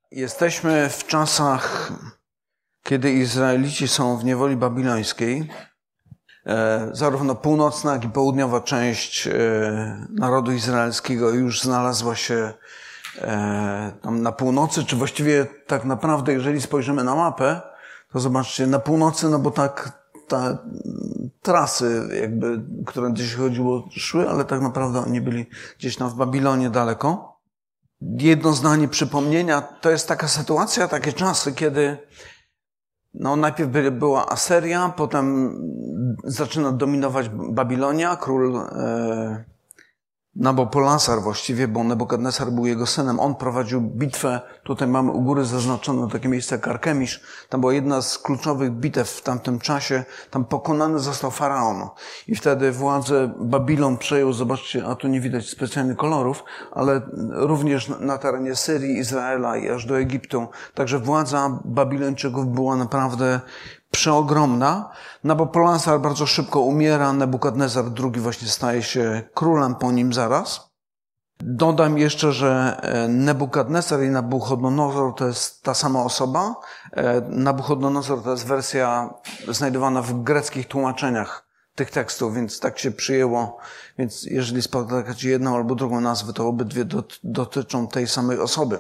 Jesteśmy w czasach, kiedy Izraelici są w niewoli babilońskiej. Zarówno północna, jak i południowa część narodu izraelskiego już znalazła się tam na północy, czy właściwie tak naprawdę, jeżeli spojrzymy na mapę, to zobaczcie, na północy, no bo tak te trasy, jakby, które gdzieś chodziło, szły, ale tak naprawdę oni byli gdzieś tam w Babilonie daleko. Jedno zdanie przypomnienia, to jest taka sytuacja, takie czasy, kiedy najpierw była Asyria, potem zaczyna dominować Babilonia, król Nabopolassar właściwie, bo Nebukadnesar był jego synem. On prowadził bitwę, tutaj mamy u góry zaznaczone takie miejsce Karkemisz. Tam była jedna z kluczowych bitew w tamtym czasie. Tam pokonany został faraon. I wtedy władzę Babilon przejął, zobaczcie, a tu nie widać specjalnych kolorów, ale również na terenie Syrii, Izraela i aż do Egiptu. Także władza Babilończyków była naprawdę przeogromna. Nabopolassar bardzo szybko umiera, Nebukadnezar II właśnie staje się królem po nim zaraz. Dodam jeszcze, że Nebukadnezar i Nabuchodonozor to jest ta sama osoba. Nabuchodonozor to jest wersja znajdowana w greckich tłumaczeniach tych tekstów, więc tak się przyjęło. Więc jeżeli spotkacie jedną albo drugą nazwę, to obydwie dotyczą tej samej osoby.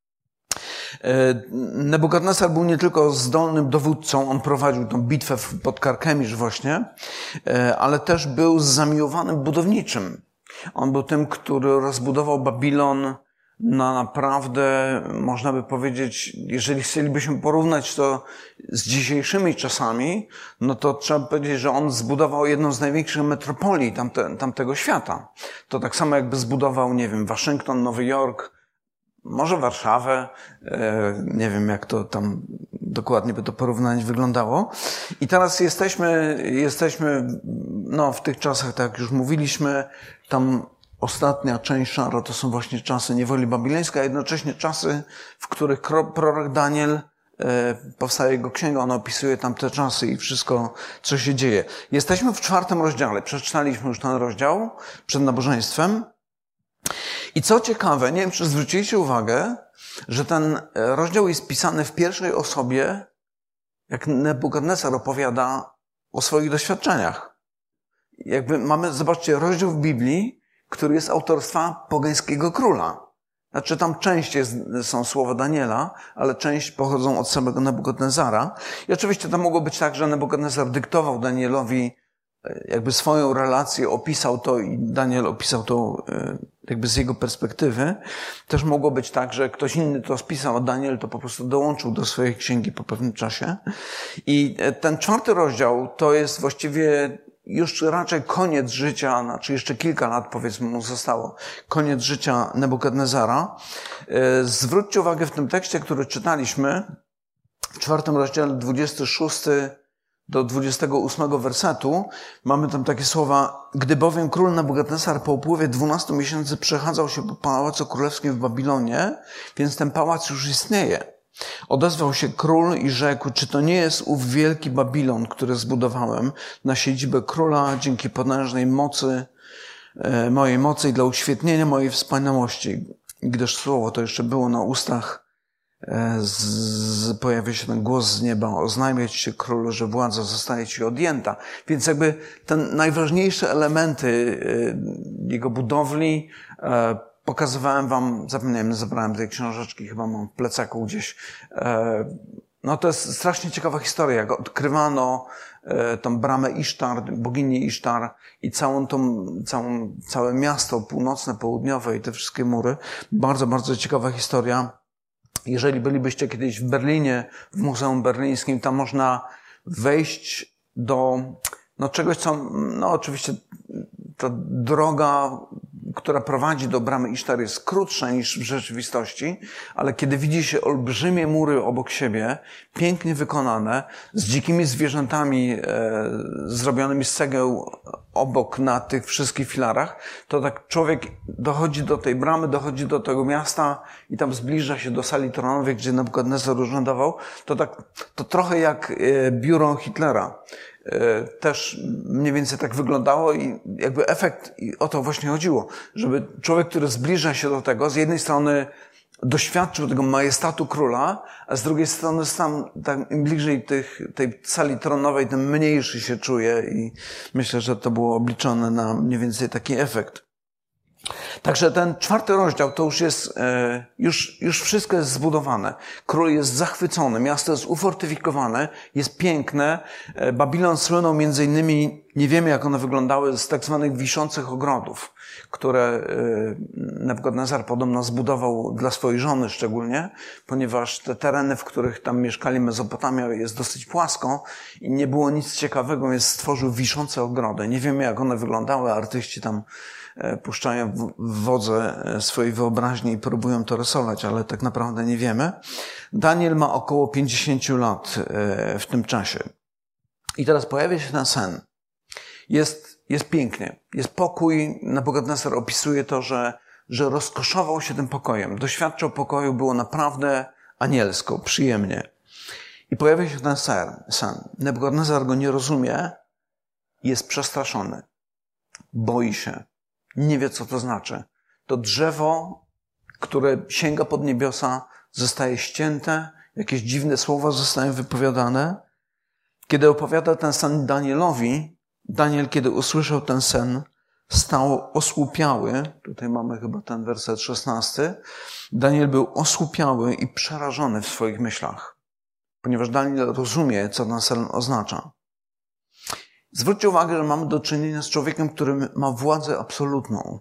Nebukadnesar był nie tylko zdolnym dowódcą, on prowadził tą bitwę pod Karkemisz właśnie, ale też był zamiłowanym budowniczym. On był tym, który rozbudował Babilon na naprawdę, można by powiedzieć, jeżeli chcielibyśmy porównać to z dzisiejszymi czasami, no to trzeba powiedzieć, że on zbudował jedną z największych metropolii tamtego świata. To tak samo jakby zbudował, nie wiem, Waszyngton, Nowy Jork, może Warszawę, nie wiem jak to tam dokładnie by to porównanie wyglądało. I teraz jesteśmy w tych czasach, tak jak już mówiliśmy, tam ostatnia część szara to są właśnie czasy niewoli babilońskiej, a jednocześnie czasy, w których prorok Daniel, powstaje jego księga, on opisuje tam te czasy i wszystko, co się dzieje. Jesteśmy w 4. rozdziale, przeczytaliśmy już ten rozdział przed nabożeństwem. I co ciekawe, nie wiem, czy zwróciliście uwagę, że ten rozdział jest pisany w pierwszej osobie, jak Nebukadnesar opowiada o swoich doświadczeniach. Jakby mamy, zobaczcie, rozdział w Biblii, który jest autorstwa pogańskiego króla. Znaczy tam część są słowa Daniela, ale część pochodzą od samego Nebukadnezara. I oczywiście to mogło być tak, że Nebukadnesar dyktował Danielowi jakby swoją relację, opisał to i Daniel opisał to jakby z jego perspektywy. Też mogło być tak, że ktoś inny to spisał, a Daniel to po prostu dołączył do swojej księgi po pewnym czasie. I ten 4. rozdział to jest właściwie już raczej koniec życia, znaczy jeszcze kilka lat powiedzmy mu zostało, koniec życia Nebukadnezara. Zwróćcie uwagę w tym tekście, który czytaliśmy, w 4. rozdziale 26 do 28 wersetu, mamy tam takie słowa: gdy bowiem król Nebukadnesar po upływie 12 miesięcy przechadzał się po pałacu królewskim w Babilonie, więc ten pałac już istnieje. Odezwał się król i rzekł: czy to nie jest ów wielki Babilon, który zbudowałem na siedzibę króla dzięki potężnej mocy, mojej mocy i dla uświetnienia mojej wspaniałości? Gdyż słowo to jeszcze było na ustach, pojawia się ten głos z nieba: oznajmiać się królu, że władza zostaje ci odjęta. Więc jakby te najważniejsze elementy jego budowli pokazywałem wam, zapomniałem, zabrałem tej książeczki, chyba mam w plecaku gdzieś. To jest strasznie ciekawa historia, jak odkrywano tą bramę Isztar, boginię Isztar i całe miasto północne, południowe i te wszystkie mury. Bardzo, bardzo ciekawa historia. Jeżeli bylibyście kiedyś w Berlinie, w Muzeum Berlińskim, tam można wejść do czegoś, co, oczywiście ta droga, która prowadzi do bramy Isztar, jest krótsza niż w rzeczywistości, ale kiedy widzi się olbrzymie mury obok siebie, pięknie wykonane, z dzikimi zwierzętami zrobionymi z cegieł obok na tych wszystkich filarach, to tak człowiek dochodzi do tej bramy, dochodzi do tego miasta i tam zbliża się do sali tronowej, gdzie Nebukadnesar urzędował, to trochę jak biuro Hitlera. Też mniej więcej tak wyglądało i jakby efekt, i o to właśnie chodziło, żeby człowiek, który zbliża się do tego, z jednej strony doświadczył tego majestatu króla, a z drugiej strony sam tak im bliżej tej sali tronowej, tym mniejszy się czuje i myślę, że to było obliczone na mniej więcej taki efekt. Także ten 4 rozdział to już jest, już wszystko jest zbudowane. Król jest zachwycony, miasto jest ufortyfikowane, jest piękne. Babilon słynął między innymi, nie wiemy jak one wyglądały, z tak zwanych wiszących ogrodów, które Nebukadnezar podobno zbudował dla swojej żony szczególnie, ponieważ te tereny, w których tam mieszkali Mezopotamia, jest dosyć płasko i nie było nic ciekawego, więc stworzył wiszące ogrody. Nie wiemy jak one wyglądały, artyści tam puszczają w wodze swojej wyobraźni i próbują to rysować, ale tak naprawdę nie wiemy. Daniel ma około 50 lat w tym czasie. I teraz pojawia się ten sen. Jest pięknie. Jest pokój. Nebukadnezar opisuje to, że rozkoszował się tym pokojem. Doświadczał pokoju, było naprawdę anielsko, przyjemnie. I pojawia się ten sen. Nebukadnezar go nie rozumie. Jest przestraszony. Boi się. Nie wie, co to znaczy. To drzewo, które sięga pod niebiosa, zostaje ścięte, jakieś dziwne słowa zostają wypowiadane. Kiedy opowiada ten sen Danielowi, Daniel, kiedy usłyszał ten sen, stał osłupiały. Tutaj mamy chyba ten werset 16. Daniel był osłupiały i przerażony w swoich myślach, ponieważ Daniel rozumie, co ten sen oznacza. Zwróćcie uwagę, że mamy do czynienia z człowiekiem, który ma władzę absolutną.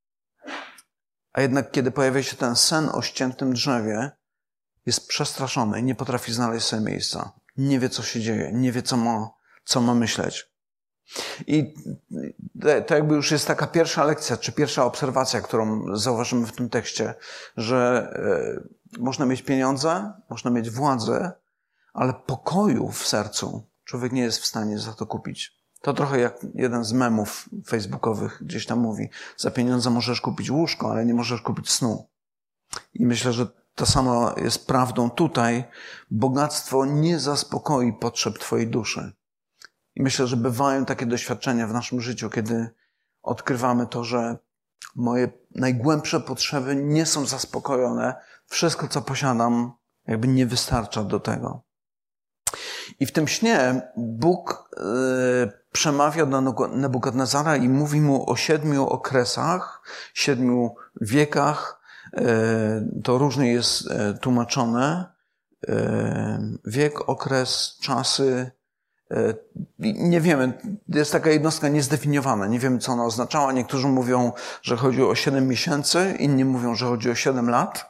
A jednak, kiedy pojawia się ten sen o ściętym drzewie, jest przestraszony i nie potrafi znaleźć sobie miejsca. Nie wie, co się dzieje, nie wie, co ma myśleć. I to jakby już jest taka pierwsza lekcja, czy pierwsza obserwacja, którą zauważymy w tym tekście, że można mieć pieniądze, można mieć władzę, ale pokoju w sercu człowiek nie jest w stanie za to kupić. To trochę jak jeden z memów facebookowych gdzieś tam mówi. Za pieniądze możesz kupić łóżko, ale nie możesz kupić snu. I myślę, że to samo jest prawdą tutaj. Bogactwo nie zaspokoi potrzeb twojej duszy. I myślę, że bywają takie doświadczenia w naszym życiu, kiedy odkrywamy to, że moje najgłębsze potrzeby nie są zaspokojone. Wszystko, co posiadam, jakby nie wystarcza do tego. I w tym śnie Bóg przemawia do Nebukadnezara i mówi mu o 7 okresach, 7 wiekach. To różnie jest tłumaczone. Wiek, okres, czasy. Nie wiemy, jest taka jednostka niezdefiniowana. Nie wiemy, co ona oznaczała. Niektórzy mówią, że chodzi o 7 miesięcy, inni mówią, że chodzi o 7 lat.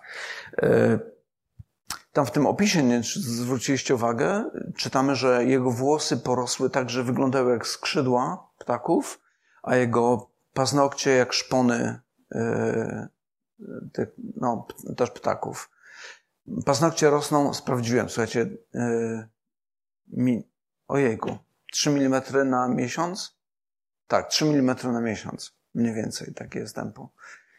Tam w tym opisie, nie zwróciliście uwagę, czytamy, że jego włosy porosły tak, że wyglądały jak skrzydła ptaków, a jego paznokcie jak szpony też ptaków. Paznokcie rosną, sprawdziłem, słuchajcie, 3 mm na miesiąc? Tak, 3 mm na miesiąc. Mniej więcej, takie jest tempo.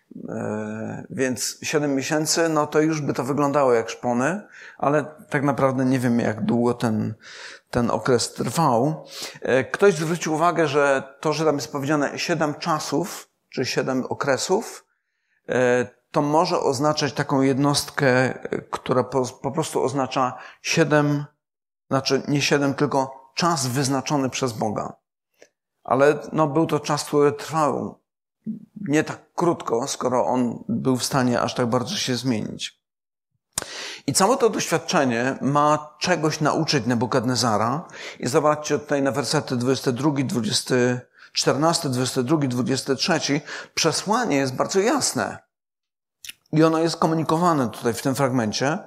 Więc 7 miesięcy, no to już by to wyglądało jak szpony, ale tak naprawdę nie wiem, jak długo ten okres trwał. Ktoś zwrócił uwagę, że to, że tam jest powiedziane 7 czasów, czy 7 okresów, to może oznaczać taką jednostkę, która po prostu oznacza 7, znaczy nie 7, tylko czas wyznaczony przez Boga. Ale był to czas, który trwał nie tak krótko, skoro on był w stanie aż tak bardzo się zmienić. I całe to doświadczenie ma czegoś nauczyć Nebukadnezara. I zobaczcie tutaj na wersety 22, 14, 22, 23. Przesłanie jest bardzo jasne. I ono jest komunikowane tutaj w tym fragmencie.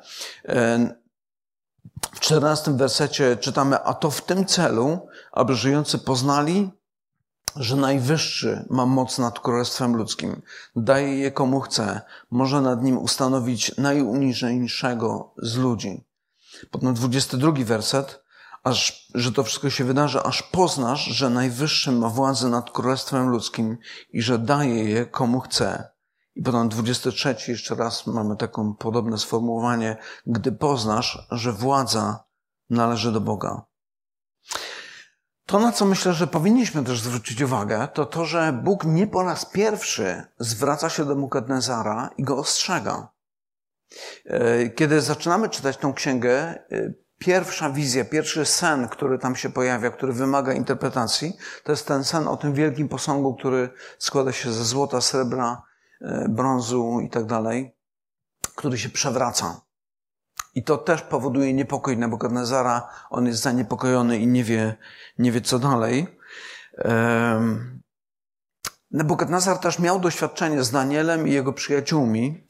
W 14 wersecie czytamy: a to w tym celu, aby żyjący poznali, że Najwyższy ma moc nad królestwem ludzkim. Daje je komu chce. Może nad nim ustanowić najuniżejszego z ludzi. Potem 22 werset. Że to wszystko się wydarzy, aż poznasz, że Najwyższy ma władzę nad królestwem ludzkim i że daje je komu chce. I potem 23 jeszcze raz mamy takie podobne sformułowanie. Gdy poznasz, że władza należy do Boga. To, na co myślę, że powinniśmy też zwrócić uwagę, to to, że Bóg nie po raz pierwszy zwraca się do Nebukadnezara i go ostrzega. Kiedy zaczynamy czytać tą księgę, pierwsza wizja, pierwszy sen, który tam się pojawia, który wymaga interpretacji, to jest ten sen o tym wielkim posągu, który składa się ze złota, srebra, brązu i tak dalej, który się przewraca. I to też powoduje niepokój Nebukadnezara. On jest zaniepokojony i nie wie co dalej. Nebukadnezar też miał doświadczenie z Danielem i jego przyjaciółmi.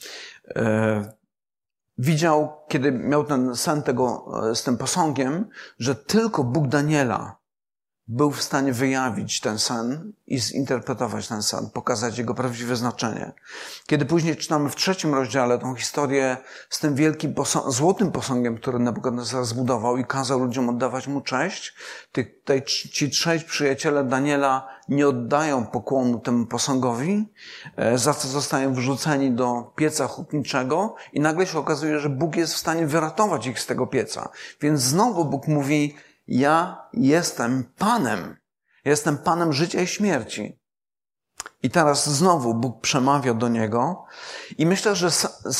Widział, kiedy miał ten sen z tym posągiem, że tylko Bóg Daniela był w stanie wyjawić ten sen i zinterpretować ten sen, pokazać jego prawdziwe znaczenie. Kiedy później czytamy w 3 rozdziale tą historię z tym wielkim złotym posągiem, który Nebukadnezar zbudował i kazał ludziom oddawać mu cześć, ci 3 przyjaciele Daniela nie oddają pokłonu temu posągowi, za co zostają wrzuceni do pieca hutniczego i nagle się okazuje, że Bóg jest w stanie wyratować ich z tego pieca. Więc znowu Bóg mówi: ja jestem Panem. Jestem Panem życia i śmierci. I teraz znowu Bóg przemawia do niego i myślę, że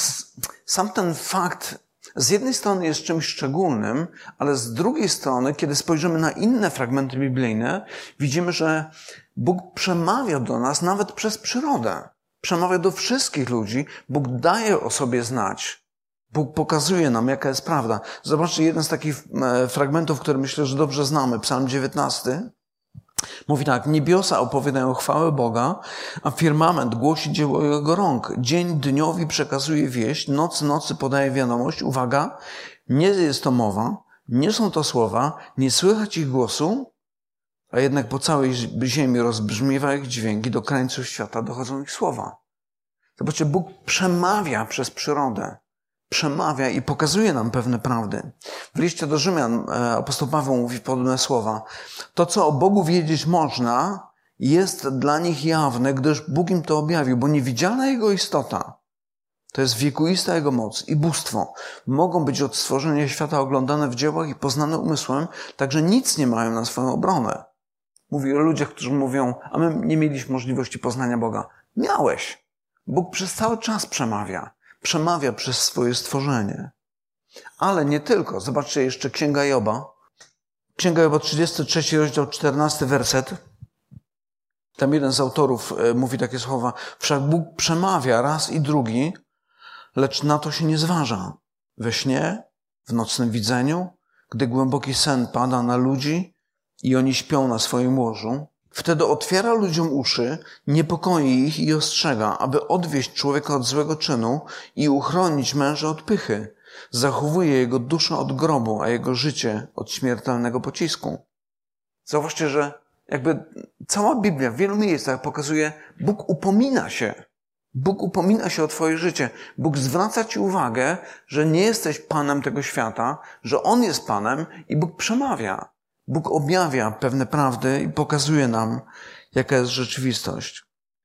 sam ten fakt z jednej strony jest czymś szczególnym, ale z drugiej strony, kiedy spojrzymy na inne fragmenty biblijne, widzimy, że Bóg przemawia do nas nawet przez przyrodę. Przemawia do wszystkich ludzi. Bóg daje o sobie znać. Bóg pokazuje nam, jaka jest prawda. Zobaczcie, jeden z takich fragmentów, który myślę, że dobrze znamy, Psalm 19, mówi tak: niebiosa opowiadają chwałę Boga, a firmament głosi dzieło Jego rąk. Dzień dniowi przekazuje wieść, noc nocy podaje wiadomość. Uwaga, nie jest to mowa, nie są to słowa, nie słychać ich głosu, a jednak po całej ziemi rozbrzmiewa ich dźwięki, do krańców świata dochodzą ich słowa. Zobaczcie, Bóg przemawia przez przyrodę. Przemawia i pokazuje nam pewne prawdy. W liście do Rzymian apostoł Paweł mówi podobne słowa. To, co o Bogu wiedzieć można, jest dla nich jawne, gdyż Bóg im to objawił, bo niewidzialna Jego istota, to jest wiekuista Jego moc i bóstwo, mogą być od stworzenia świata oglądane w dziełach i poznane umysłem, także nic nie mają na swoją obronę. Mówi o ludziach, którzy mówią: a my nie mieliśmy możliwości poznania Boga. Miałeś. Bóg przez cały czas przemawia. Przemawia przez swoje stworzenie. Ale nie tylko. Zobaczcie jeszcze Księga Joba. Księga Joba, 33 rozdział, 14 werset. Tam jeden z autorów mówi takie słowa: wszak Bóg przemawia raz i drugi, lecz na to się nie zważa. We śnie, w nocnym widzeniu, gdy głęboki sen pada na ludzi i oni śpią na swoim łożu, wtedy otwiera ludziom uszy, niepokoi ich i ostrzega, aby odwieść człowieka od złego czynu i uchronić męża od pychy. Zachowuje jego duszę od grobu, a jego życie od śmiertelnego pocisku. Zauważcie, że jakby cała Biblia w wielu miejscach pokazuje, Bóg upomina się. Bóg upomina się o twoje życie. Bóg zwraca ci uwagę, że nie jesteś Panem tego świata, że On jest Panem i Bóg przemawia. Bóg objawia pewne prawdy i pokazuje nam, jaka jest rzeczywistość.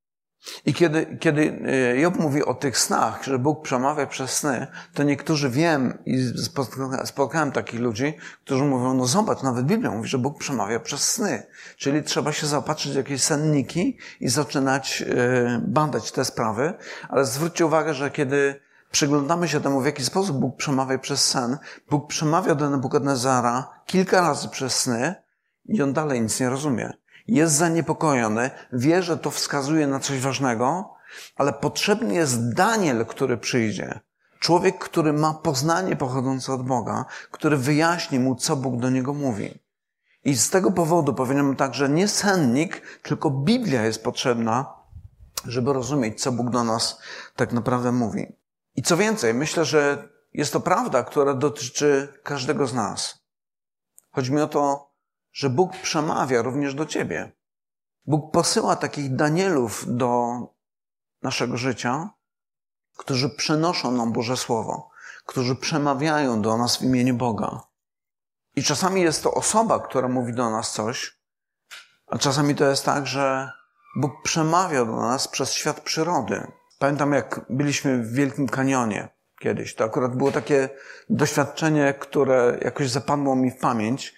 I kiedy Job mówi o tych snach, że Bóg przemawia przez sny, to niektórzy wiem i spotkałem takich ludzi, którzy mówią: no zobacz, nawet Biblia mówi, że Bóg przemawia przez sny. Czyli trzeba się zaopatrzyć w jakieś senniki i zaczynać badać te sprawy. Ale zwróćcie uwagę, że kiedy przyglądamy się temu, w jaki sposób Bóg przemawia przez sen, Bóg przemawia do Nebukadnezara kilka razy przez sny i on dalej nic nie rozumie. Jest zaniepokojony, wie, że to wskazuje na coś ważnego, ale potrzebny jest Daniel, który przyjdzie. Człowiek, który ma poznanie pochodzące od Boga, który wyjaśni mu, co Bóg do niego mówi. I z tego powodu powinienem tak, że nie sennik, tylko Biblia jest potrzebna, żeby rozumieć, co Bóg do nas tak naprawdę mówi. I co więcej, myślę, że jest to prawda, która dotyczy każdego z nas. Chodzi mi o to, że Bóg przemawia również do ciebie. Bóg posyła takich Danielów do naszego życia, którzy przenoszą nam Boże Słowo, którzy przemawiają do nas w imieniu Boga. I czasami jest to osoba, która mówi do nas coś, a czasami to jest tak, że Bóg przemawia do nas przez świat przyrody. Pamiętam, jak byliśmy w Wielkim Kanionie kiedyś. To akurat było takie doświadczenie, które jakoś zapadło mi w pamięć.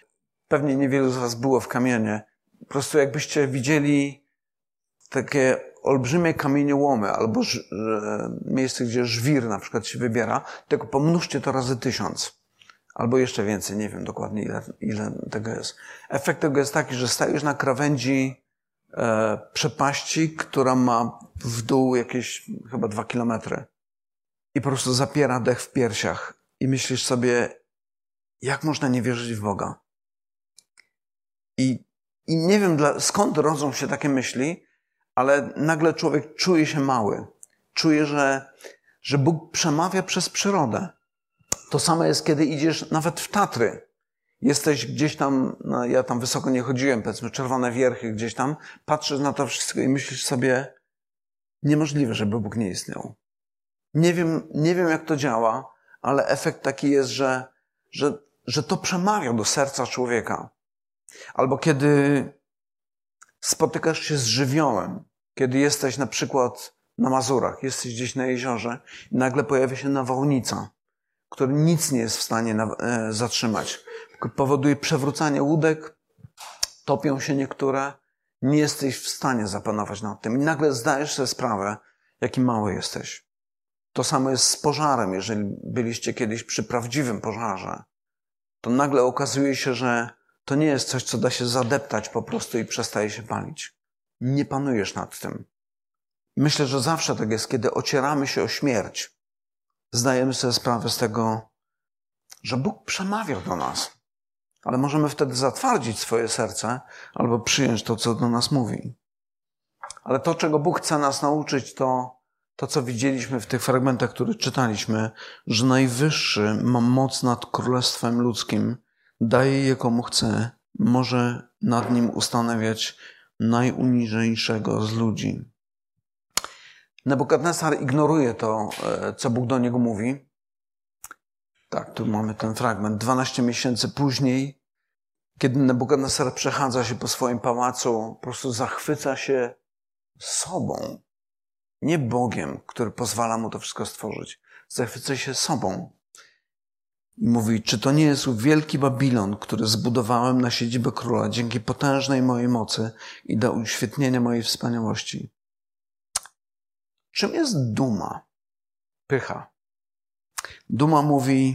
Pewnie niewielu z was było w Kanionie. Po prostu jakbyście widzieli takie olbrzymie kamieniołomy albo miejsce, gdzie żwir na przykład się wybiera, tylko pomnóżcie to razy 1000. Albo jeszcze więcej, nie wiem dokładnie ile tego jest. Efekt tego jest taki, że stajesz na krawędzi przepaści, która ma w dół jakieś chyba 2 kilometry. I po prostu zapiera dech w piersiach. I myślisz sobie, jak można nie wierzyć w Boga? I nie wiem skąd rodzą się takie myśli, ale nagle człowiek czuje się mały. Czuje, że Bóg przemawia przez przyrodę. To samo jest, kiedy idziesz nawet w Tatry. Jesteś gdzieś tam, no ja tam wysoko nie chodziłem, powiedzmy Czerwone Wierchy gdzieś tam, patrzysz na to wszystko i myślisz sobie, niemożliwe, żeby Bóg nie istniał. Nie wiem jak to działa, ale efekt taki jest, że to przemawia do serca człowieka. Albo kiedy spotykasz się z żywiołem, kiedy jesteś na przykład na Mazurach, jesteś gdzieś na jeziorze i nagle pojawia się nawałnica, który nic nie jest w stanie zatrzymać. Powoduje przewrócanie łódek, topią się niektóre, nie jesteś w stanie zapanować nad tym. I nagle zdajesz sobie sprawę, jaki mały jesteś. To samo jest z pożarem. Jeżeli byliście kiedyś przy prawdziwym pożarze, to nagle okazuje się, że to nie jest coś, co da się zadeptać po prostu i przestaje się palić. Nie panujesz nad tym. Myślę, że zawsze tak jest, kiedy ocieramy się o śmierć. Zdajemy sobie sprawę z tego, że Bóg przemawia do nas. Ale możemy wtedy zatwardzić swoje serce albo przyjąć to, co do nas mówi. Ale to, czego Bóg chce nas nauczyć, to, co widzieliśmy w tych fragmentach, które czytaliśmy, że Najwyższy ma moc nad królestwem ludzkim, daje je komu chce, może nad nim ustanawiać najuniżejszego z ludzi. Nebukadnesar ignoruje to, co Bóg do niego mówi. Tak, tu mamy ten fragment. 12 miesięcy później, kiedy Nebukadnesar przechadza się po swoim pałacu, po prostu zachwyca się sobą. Nie Bogiem, który pozwala mu to wszystko stworzyć. Zachwyca się sobą. I mówi, czy to nie jest wielki Babilon, który zbudowałem na siedzibę króla dzięki potężnej mojej mocy i do uświetnienia mojej wspaniałości. Czym jest duma? Pycha. Duma mówi,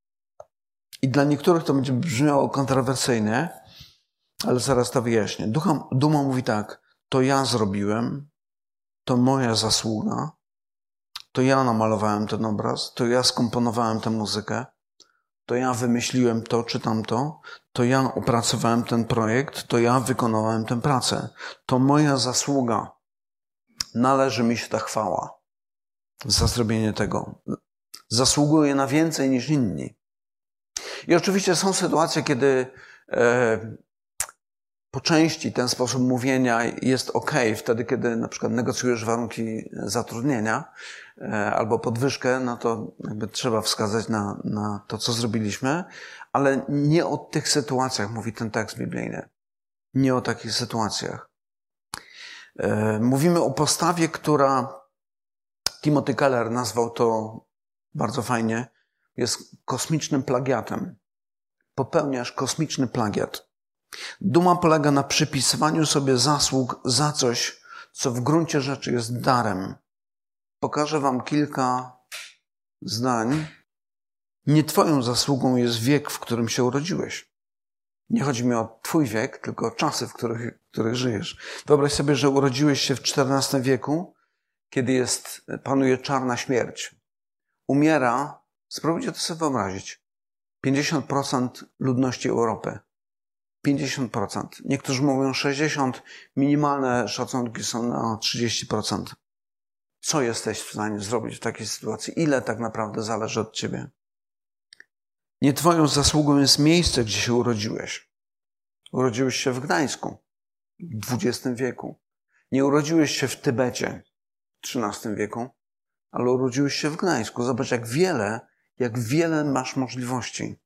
i dla niektórych to będzie brzmiało kontrowersyjnie, ale zaraz to wyjaśnię. Duma mówi tak, to ja zrobiłem, to moja zasługa, to ja namalowałem ten obraz, to ja skomponowałem tę muzykę, to ja wymyśliłem to czy tamto, to ja opracowałem ten projekt, to ja wykonałem tę pracę. To moja zasługa. Należy mi się ta chwała za zrobienie tego. Zasługuję na więcej niż inni. I oczywiście są sytuacje, kiedy po części ten sposób mówienia jest okej, wtedy kiedy na przykład negocjujesz warunki zatrudnienia albo podwyżkę, no to jakby trzeba wskazać na to, co zrobiliśmy, ale nie o tych sytuacjach mówi ten tekst biblijny. Nie o takich sytuacjach. Mówimy o postawie, która Timothy Keller nazwał to bardzo fajnie, jest kosmicznym plagiatem. Popełniasz kosmiczny plagiat. Duma polega na przypisywaniu sobie zasług za coś, co w gruncie rzeczy jest darem. Pokażę wam kilka zdań. Nie twoją zasługą jest wiek, w którym się urodziłeś. Nie chodzi mi o twój wiek, tylko o czasy, w których żyjesz. Wyobraź sobie, że urodziłeś się w XIV wieku, kiedy panuje czarna śmierć. Umiera, spróbujcie to sobie wyobrazić, 50% ludności Europy. 50%. Niektórzy mówią 60%, minimalne szacunki są na 30%. Co jesteś w stanie zrobić w takiej sytuacji? Ile tak naprawdę zależy od ciebie? Nie twoją zasługą jest miejsce, gdzie się urodziłeś. Urodziłeś się w Gdańsku w XX wieku. Nie urodziłeś się w Tybecie w XIII wieku, ale urodziłeś się w Gdańsku. Zobacz, jak wiele masz możliwości.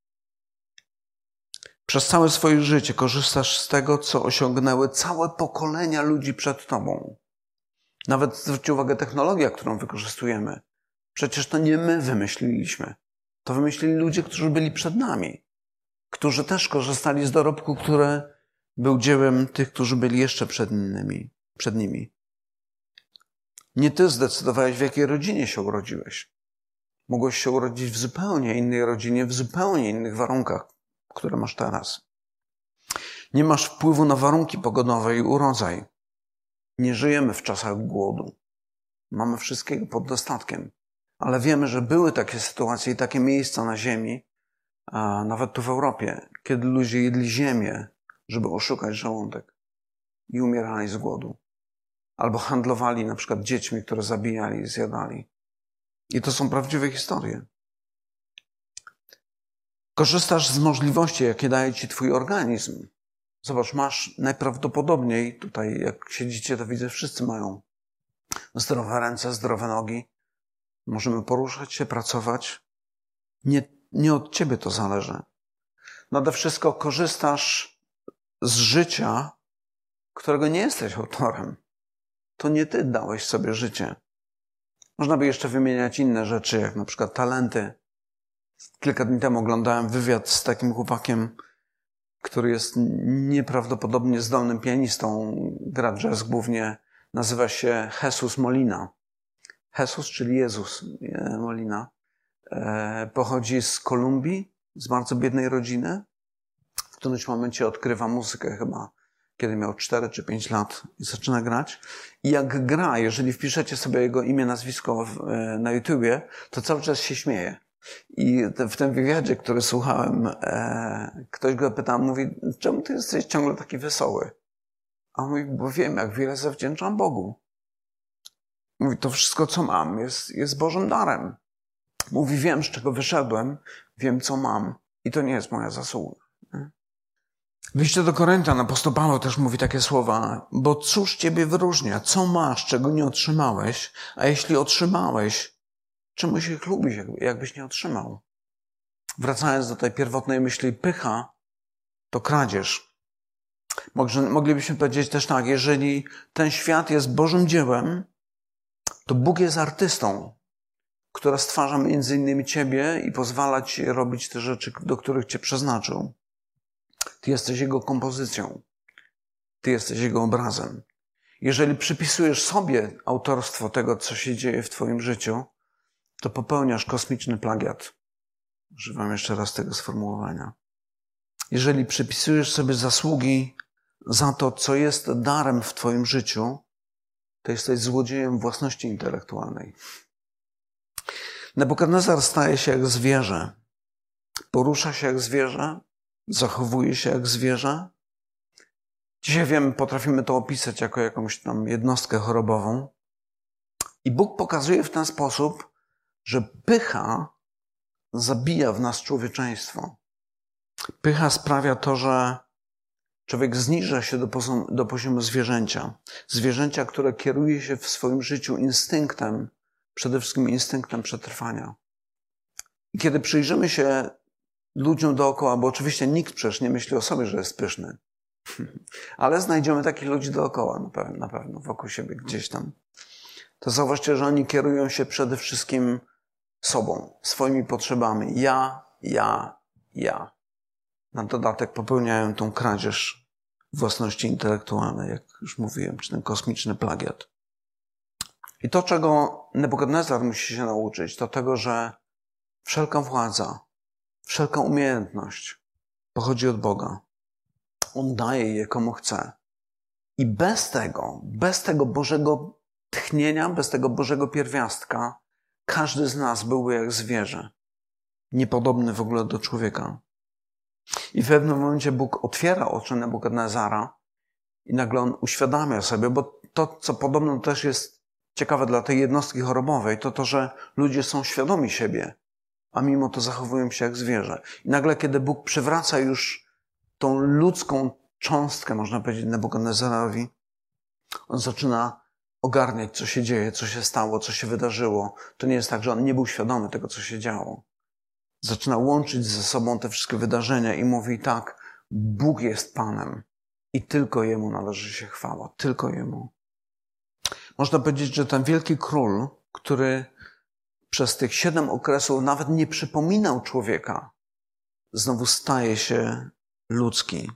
Przez całe swoje życie korzystasz z tego, co osiągnęły całe pokolenia ludzi przed tobą. Nawet zwróćcie uwagę, technologia, którą wykorzystujemy. Przecież to nie my wymyśliliśmy. To wymyślili ludzie, którzy byli przed nami. Którzy też korzystali z dorobku, który był dziełem tych, którzy byli jeszcze przed nimi. Nie ty zdecydowałeś, w jakiej rodzinie się urodziłeś. Mogłeś się urodzić w zupełnie innej rodzinie, w zupełnie innych warunkach, które masz teraz. Nie masz wpływu na warunki pogodowe i urodzaj. Nie żyjemy w czasach głodu. Mamy wszystkiego pod dostatkiem. Ale wiemy, że były takie sytuacje i takie miejsca na ziemi, a nawet tu w Europie, kiedy ludzie jedli ziemię, żeby oszukać żołądek i umierali z głodu. Albo handlowali na przykład dziećmi, które zabijali i zjadali. I to są prawdziwe historie. Korzystasz z możliwości, jakie daje ci twój organizm. Zobacz, masz najprawdopodobniej, tutaj jak siedzicie, to widzę, wszyscy mają zdrowe ręce, zdrowe nogi. Możemy poruszać się, pracować. Nie od ciebie to zależy. Nade wszystko korzystasz z życia, którego nie jesteś autorem. To nie ty dałeś sobie życie. Można by jeszcze wymieniać inne rzeczy, jak na przykład talenty. Kilka dni temu oglądałem wywiad z takim chłopakiem, który jest nieprawdopodobnie zdolnym pianistą, gra jazz głównie, nazywa się Jesus Molina. Jesus, czyli Jezus Molina. Pochodzi z Kolumbii, z bardzo biednej rodziny. W którymś momencie odkrywa muzykę chyba, kiedy miał 4 czy 5 lat i zaczyna grać. I jak gra, jeżeli wpiszecie sobie jego imię, nazwisko na YouTubie, to cały czas się śmieje. I w tym wywiadzie, który słuchałem, ktoś go pytał, mówi, czemu ty jesteś ciągle taki wesoły? A on mówi, bo wiem, jak wiele zawdzięczam Bogu. Mówi, to wszystko, co mam, jest Bożym darem. Mówi, wiem, z czego wyszedłem, wiem, co mam i to nie jest moja zasługa. W liście do Koryntian apostoł Paweł też mówi takie słowa, bo cóż ciebie wyróżnia? Co masz, czego nie otrzymałeś? A jeśli otrzymałeś, czemu się chlubić, jakbyś nie otrzymał? Wracając do tej pierwotnej myśli, pycha to kradzież. Moglibyśmy powiedzieć też tak, jeżeli ten świat jest Bożym dziełem, to Bóg jest artystą, która stwarza między innymi ciebie i pozwala ci robić te rzeczy, do których cię przeznaczył. Ty jesteś Jego kompozycją. Ty jesteś Jego obrazem. Jeżeli przypisujesz sobie autorstwo tego, co się dzieje w twoim życiu, to popełniasz kosmiczny plagiat. Używam jeszcze raz tego sformułowania. Jeżeli przypisujesz sobie zasługi za to, co jest darem w twoim życiu, to jesteś złodziejem własności intelektualnej. Nebukadnezar staje się jak zwierzę. Porusza się jak zwierzę, zachowuje się jak zwierzę. Dzisiaj wiemy, potrafimy to opisać jako jakąś tam jednostkę chorobową. I Bóg pokazuje w ten sposób, że pycha zabija w nas człowieczeństwo. Pycha sprawia to, że człowiek zniża się do poziomu zwierzęcia. Zwierzęcia, które kieruje się w swoim życiu instynktem, przede wszystkim instynktem przetrwania. I kiedy przyjrzymy się ludziom dookoła, bo oczywiście nikt przecież nie myśli o sobie, że jest pyszny, ale znajdziemy takich ludzi dookoła na pewno wokół siebie gdzieś tam, to zauważcie, że oni kierują się przede wszystkim sobą, swoimi potrzebami. Ja. Na dodatek popełniają tą kradzież własności intelektualnej, jak już mówiłem, czy ten kosmiczny plagiat. I to, czego Nebukadnezar musi się nauczyć, to tego, że wszelka władza, wszelka umiejętność pochodzi od Boga. On daje je komu chce. I bez tego Bożego tchnienia, bez tego Bożego pierwiastka, każdy z nas byłby jak zwierzę. Niepodobny w ogóle do człowieka. I w pewnym momencie Bóg otwiera oczy Nebukadnezara i nagle on uświadamia sobie, bo to, co podobno też jest ciekawe dla tej jednostki chorobowej, to, że ludzie są świadomi siebie, a mimo to zachowują się jak zwierzę. I nagle, kiedy Bóg przywraca już tą ludzką cząstkę, można powiedzieć, Nebukadnezarowi, on zaczyna ogarniać, co się dzieje, co się stało, co się wydarzyło. To nie jest tak, że on nie był świadomy tego, co się działo. Zaczyna łączyć ze sobą te wszystkie wydarzenia i mówi tak, Bóg jest Panem i tylko Jemu należy się chwała, tylko Jemu. Można powiedzieć, że ten wielki król, który przez tych 7 okresów nawet nie przypominał człowieka, znowu staje się ludzki.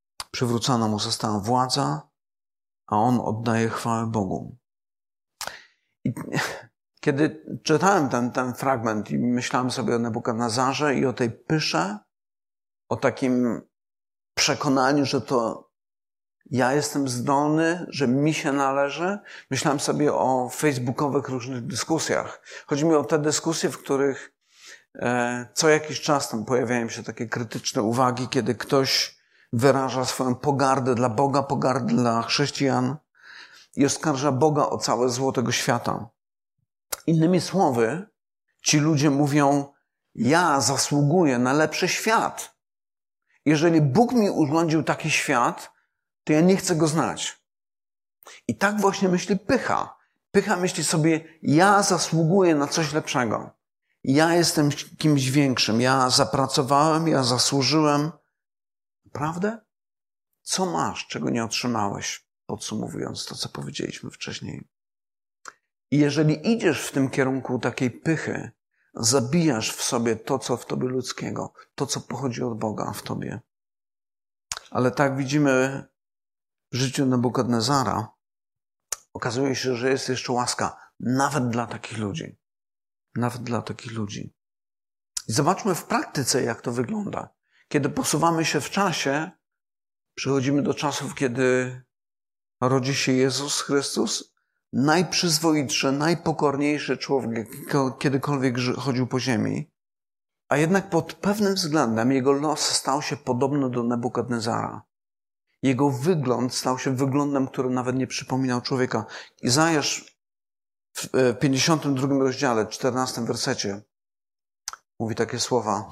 Przywrócona mu została władza, a on oddaje chwałę Bogu. I kiedy czytałem ten fragment i myślałem sobie o Nebukadnezarze i o tej pysze, o takim przekonaniu, że to ja jestem zdolny, że mi się należy, myślałem sobie o facebookowych różnych dyskusjach. Chodzi mi o te dyskusje, w których co jakiś czas tam pojawiają się takie krytyczne uwagi, kiedy ktoś wyraża swoją pogardę dla Boga, pogardę dla chrześcijan i oskarża Boga o całe zło tego świata. Innymi słowy, ci ludzie mówią, ja zasługuję na lepszy świat. Jeżeli Bóg mi urządził taki świat, to ja nie chcę go znać. I tak właśnie myśli pycha. Pycha myśli sobie, ja zasługuję na coś lepszego. Ja jestem kimś większym. Ja zapracowałem, ja zasłużyłem. Prawda? Co masz, czego nie otrzymałeś? Podsumowując to, co powiedzieliśmy wcześniej. I jeżeli idziesz w tym kierunku takiej pychy, zabijasz w sobie to, co w tobie ludzkiego, to, co pochodzi od Boga w tobie. Ale tak widzimy w życiu Nebukadnezara, okazuje się, że jest jeszcze łaska nawet dla takich ludzi. Nawet dla takich ludzi. I zobaczmy w praktyce, jak to wygląda. Kiedy posuwamy się w czasie, przychodzimy do czasów, kiedy rodzi się Jezus Chrystus, najprzyzwoitszy, najpokorniejszy człowiek, kiedykolwiek chodził po ziemi, a jednak pod pewnym względem jego los stał się podobny do Nebukadnezara. Jego wygląd stał się wyglądem, który nawet nie przypominał człowieka. Izajasz w 52 rozdziale, 14 wersecie mówi takie słowa.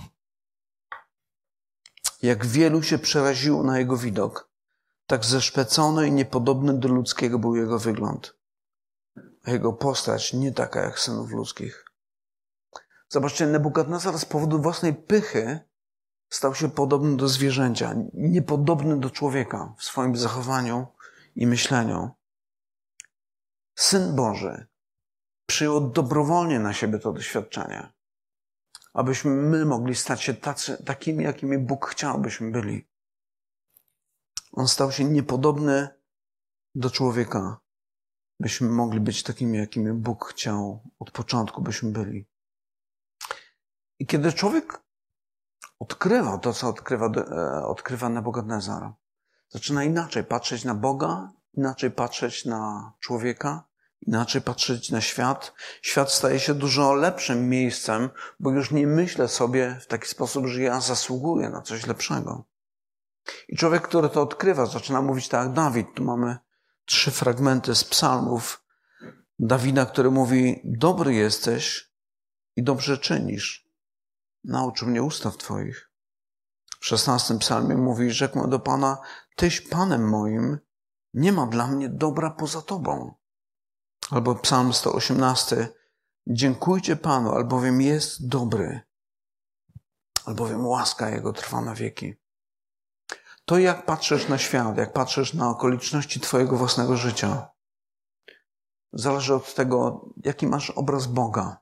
Jak wielu się przeraziło na jego widok, tak zeszpecony i niepodobny do ludzkiego był jego wygląd, a jego postać nie taka jak synów ludzkich. Zobaczcie, Nebukadnezar z powodu własnej pychy stał się podobny do zwierzęcia, niepodobny do człowieka w swoim zachowaniu i myśleniu. Syn Boży przyjął dobrowolnie na siebie to doświadczenie, abyśmy my mogli stać się takimi, jakimi Bóg chciał, byśmy byli. On stał się niepodobny do człowieka, byśmy mogli być takimi, jakimi Bóg chciał od początku, byśmy byli. I kiedy człowiek odkrywa to, co odkrywa Nebukadnezar, zaczyna inaczej patrzeć na Boga, inaczej patrzeć na człowieka, inaczej patrzeć na świat. Świat staje się dużo lepszym miejscem, bo już nie myślę sobie w taki sposób, że ja zasługuję na coś lepszego. I człowiek, który to odkrywa, zaczyna mówić tak jak Dawid. Tu mamy 3 fragmenty z psalmów Dawida, który mówi, dobry jesteś i dobrze czynisz. Naucz mnie ustaw Twoich. W 16 psalmie mówi, rzekłem do Pana, Tyś Panem moim, nie ma dla mnie dobra poza Tobą. Albo psalm 118, dziękujcie Panu, albowiem jest dobry, albowiem łaska Jego trwa na wieki. To jak patrzysz na świat, jak patrzysz na okoliczności Twojego własnego życia, zależy od tego, jaki masz obraz Boga.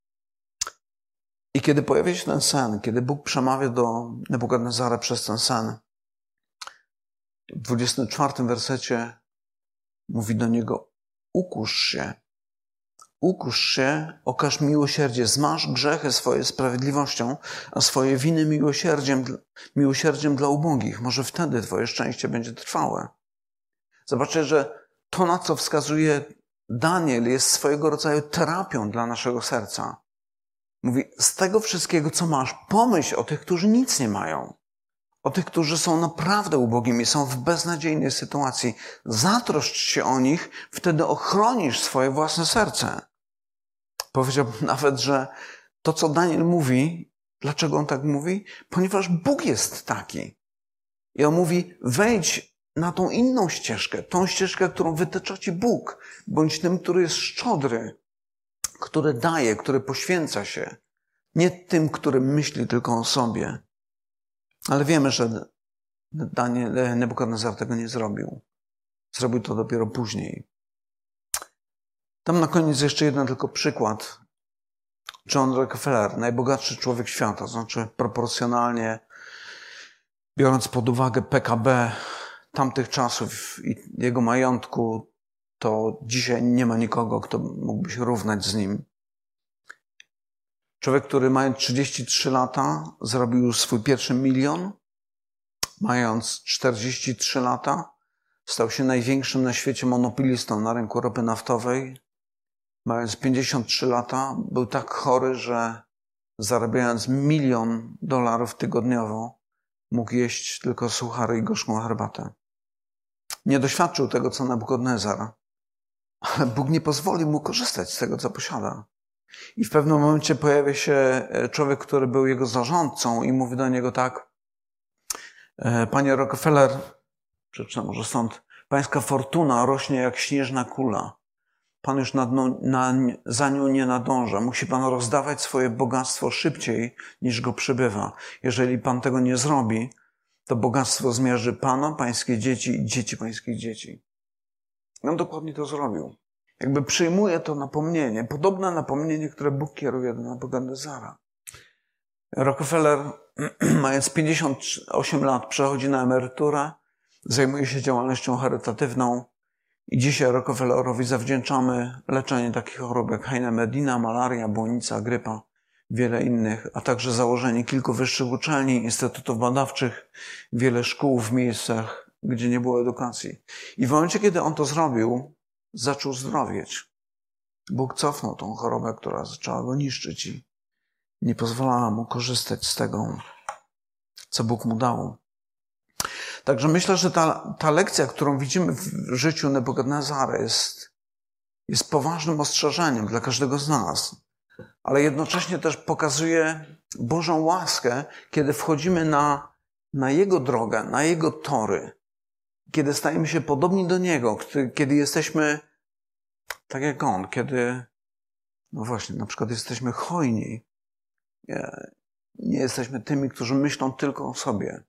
I kiedy pojawia się ten sen, kiedy Bóg przemawia do Nebukadnezara przez ten sen, w 24 wersecie mówi do niego, ukusz się, okaż miłosierdzie, zmaż grzechy swoje sprawiedliwością, a swoje winy miłosierdziem dla ubogich. Może wtedy Twoje szczęście będzie trwałe. Zobaczcie, że to, na co wskazuje Daniel, jest swojego rodzaju terapią dla naszego serca. Mówi, z tego wszystkiego, co masz, pomyśl o tych, którzy nic nie mają. O tych, którzy są naprawdę ubogimi, są w beznadziejnej sytuacji. Zatroszcz się o nich, wtedy ochronisz swoje własne serce. Powiedziałbym nawet, że to, co Daniel mówi, dlaczego on tak mówi? Ponieważ Bóg jest taki. I on mówi, wejdź na tą inną ścieżkę, tą ścieżkę, którą wytycza Ci Bóg. Bądź tym, który jest szczodry, który daje, który poświęca się. Nie tym, który myśli tylko o sobie. Ale wiemy, że Nebukadnezar tego nie zrobił. Zrobił to dopiero później. Tam na koniec jeszcze jeden tylko przykład. John Rockefeller, najbogatszy człowiek świata, znaczy proporcjonalnie, biorąc pod uwagę PKB tamtych czasów i jego majątku, to dzisiaj nie ma nikogo, kto mógłby się równać z nim. Człowiek, który mając 33 lata, zrobił swój pierwszy milion. Mając 43 lata, stał się największym na świecie monopolistą na rynku ropy naftowej. Mając 53 lata, był tak chory, że zarabiając $1 000 000 tygodniowo, mógł jeść tylko suchary i gorzką herbatę. Nie doświadczył tego, co Nabukadnezar, ale Bóg nie pozwolił mu korzystać z tego, co posiada. I w pewnym momencie pojawia się człowiek, który był jego zarządcą i mówi do niego tak: Panie Rockefeller, przeczytam może stąd, pańska fortuna rośnie jak śnieżna kula. Pan już za nią nie nadąża. Musi pan rozdawać swoje bogactwo szybciej, niż go przybywa. Jeżeli pan tego nie zrobi, to bogactwo zmierzy pana, pańskie dzieci i dzieci pańskich dzieci. I on dokładnie to zrobił. Jakby przyjmuje to napomnienie, podobne napomnienie, które Bóg kieruje do Nabukadnezara. Rockefeller, mając 58 lat, przechodzi na emeryturę, zajmuje się działalnością charytatywną i dzisiaj Rockefellerowi zawdzięczamy leczenie takich chorób jak Heine-Medina, malaria, błonica, grypa, wiele innych, a także założenie kilku wyższych uczelni, instytutów badawczych, wiele szkół w miejscach, gdzie nie było edukacji. I w momencie, kiedy on to zrobił, zaczął zdrowieć. Bóg cofnął tą chorobę, która zaczęła go niszczyć i nie pozwalała mu korzystać z tego, co Bóg mu dał. Także myślę, że ta lekcja, którą widzimy w życiu Nabukadnezara jest poważnym ostrzeżeniem dla każdego z nas. Ale jednocześnie też pokazuje Bożą łaskę, kiedy wchodzimy na Jego drogę, na Jego tory. Kiedy stajemy się podobni do Niego, kiedy jesteśmy tak jak On, kiedy, no właśnie, na przykład jesteśmy hojni. Nie jesteśmy tymi, którzy myślą tylko o sobie.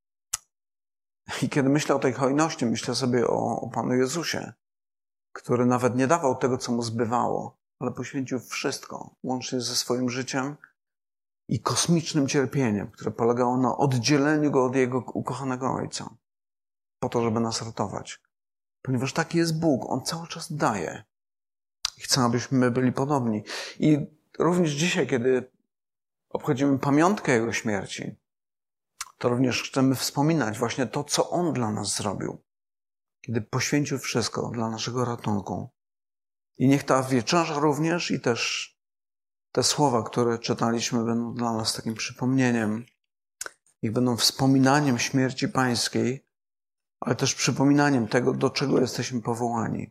I kiedy myślę o tej hojności, myślę sobie o Panu Jezusie, który nawet nie dawał tego, co mu zbywało, ale poświęcił wszystko, łącznie ze swoim życiem i kosmicznym cierpieniem, które polegało na oddzieleniu go od Jego ukochanego Ojca, po to, żeby nas ratować. Ponieważ taki jest Bóg, On cały czas daje. I chce, abyśmy byli podobni. I również dzisiaj, kiedy obchodzimy pamiątkę Jego śmierci, to również chcemy wspominać właśnie to, co On dla nas zrobił. Kiedy poświęcił wszystko dla naszego ratunku. I niech ta wieczerza również i też te słowa, które czytaliśmy, będą dla nas takim przypomnieniem. Niech będą wspominaniem śmierci Pańskiej, ale też przypominaniem tego, do czego jesteśmy powołani.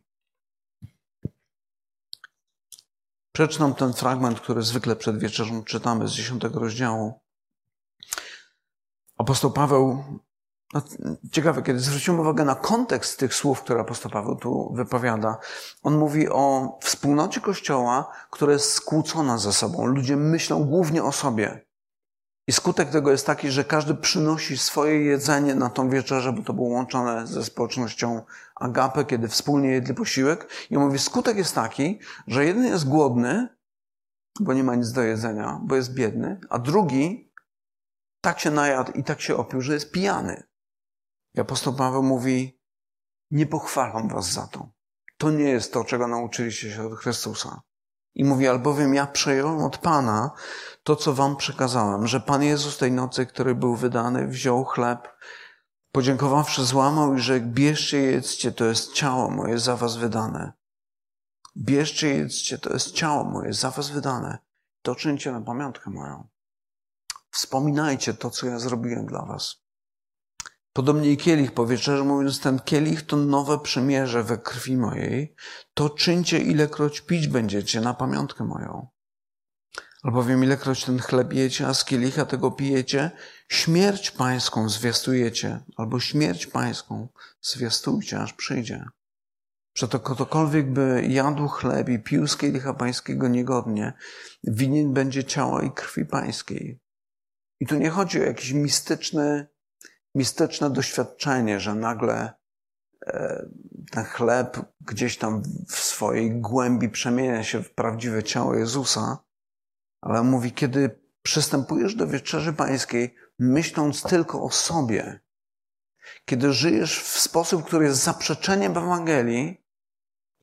Przeczytam ten fragment, który zwykle przed wieczerzą czytamy z 10 rozdziału. Apostoł Paweł, ciekawe, kiedy zwrócimy uwagę na kontekst tych słów, które apostoł Paweł tu wypowiada, on mówi o wspólnocie Kościoła, która jest skłócona ze sobą. Ludzie myślą głównie o sobie. I skutek tego jest taki, że każdy przynosi swoje jedzenie na tą wieczerzę, bo to było łączone ze społecznością Agape, kiedy wspólnie jedli posiłek. I on mówi, skutek jest taki, że jeden jest głodny, bo nie ma nic do jedzenia, bo jest biedny, a drugi tak się najadł i tak się opił, że jest pijany. I apostoł Paweł mówi, nie pochwalam was za to. To nie jest to, czego nauczyliście się od Chrystusa. I mówi, albowiem ja przejąłem od Pana to, co wam przekazałem, że Pan Jezus tej nocy, który był wydany, wziął chleb, podziękowawszy, złamał i rzekł, bierzcie i jedzcie, to jest ciało moje za was wydane. Bierzcie i jedzcie, to jest ciało moje za was wydane. To czyńcie na pamiątkę moją. Wspominajcie to, co ja zrobiłem dla was. Podobnie i kielich po wieczerzy, mówiąc, ten kielich to nowe przymierze we krwi mojej. To czyńcie, ilekroć pić będziecie na pamiątkę moją. Albowiem ilekroć ten chleb jecie, a z kielicha tego pijecie, śmierć pańską zwiastujecie, albo śmierć pańską zwiastujcie, aż przyjdzie. Przeto ktokolwiek by jadł chleb i pił z kielicha pańskiego niegodnie, winien będzie ciała i krwi pańskiej. I tu nie chodzi o jakieś mistyczne doświadczenie, że nagle ten chleb gdzieś tam w swojej głębi przemienia się w prawdziwe ciało Jezusa, ale mówi, kiedy przystępujesz do wieczerzy pańskiej, myśląc tylko o sobie, kiedy żyjesz w sposób, który jest zaprzeczeniem Ewangelii,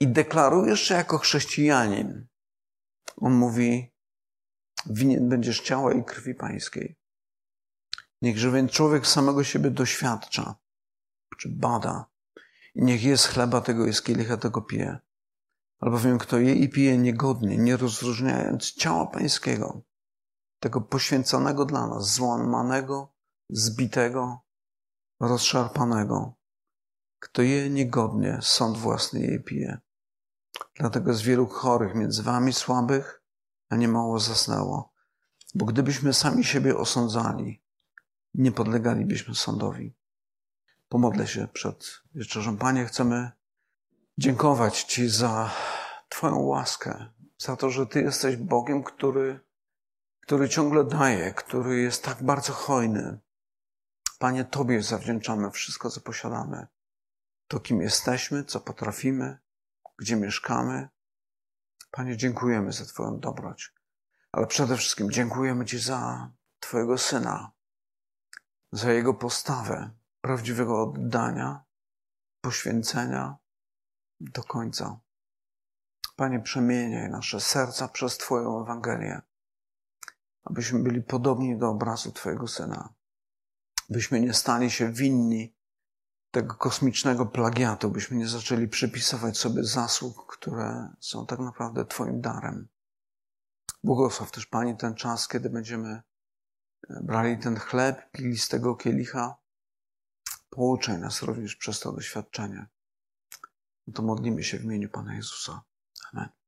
i deklarujesz się jako chrześcijanin, on mówi, winien będziesz ciała i krwi Pańskiej. Niechże więc człowiek samego siebie doświadcza, czy bada, i niech jest chleba tego, jest kielicha tego pije. Albowiem kto je i pije niegodnie, nie rozróżniając ciała Pańskiego, tego poświęconego dla nas, złamanego, zbitego, rozszarpanego, kto je niegodnie, sąd własny je pije. Dlatego jest wielu chorych między wami, słabych, a niemało zasnęło. Bo gdybyśmy sami siebie osądzali, nie podlegalibyśmy sądowi. Pomodlę się przed wieczerzą. Panie, chcemy dziękować Ci za Twoją łaskę, za to, że Ty jesteś Bogiem, który ciągle daje, który jest tak bardzo hojny. Panie, Tobie zawdzięczamy wszystko, co posiadamy. To, kim jesteśmy, co potrafimy, gdzie mieszkamy. Panie, dziękujemy za Twoją dobroć. Ale przede wszystkim dziękujemy Ci za Twojego Syna, za Jego postawę prawdziwego oddania, poświęcenia do końca. Panie, przemieniaj nasze serca przez Twoją Ewangelię, abyśmy byli podobni do obrazu Twojego Syna, byśmy nie stali się winni tego kosmicznego plagiatu, byśmy nie zaczęli przypisywać sobie zasług, które są tak naprawdę Twoim darem. Błogosław też, Panie, ten czas, kiedy będziemy brali ten chleb, pili z tego kielicha. Pouczaj nas również przez to doświadczenie. To modlimy się w imieniu Pana Jezusa. Amen.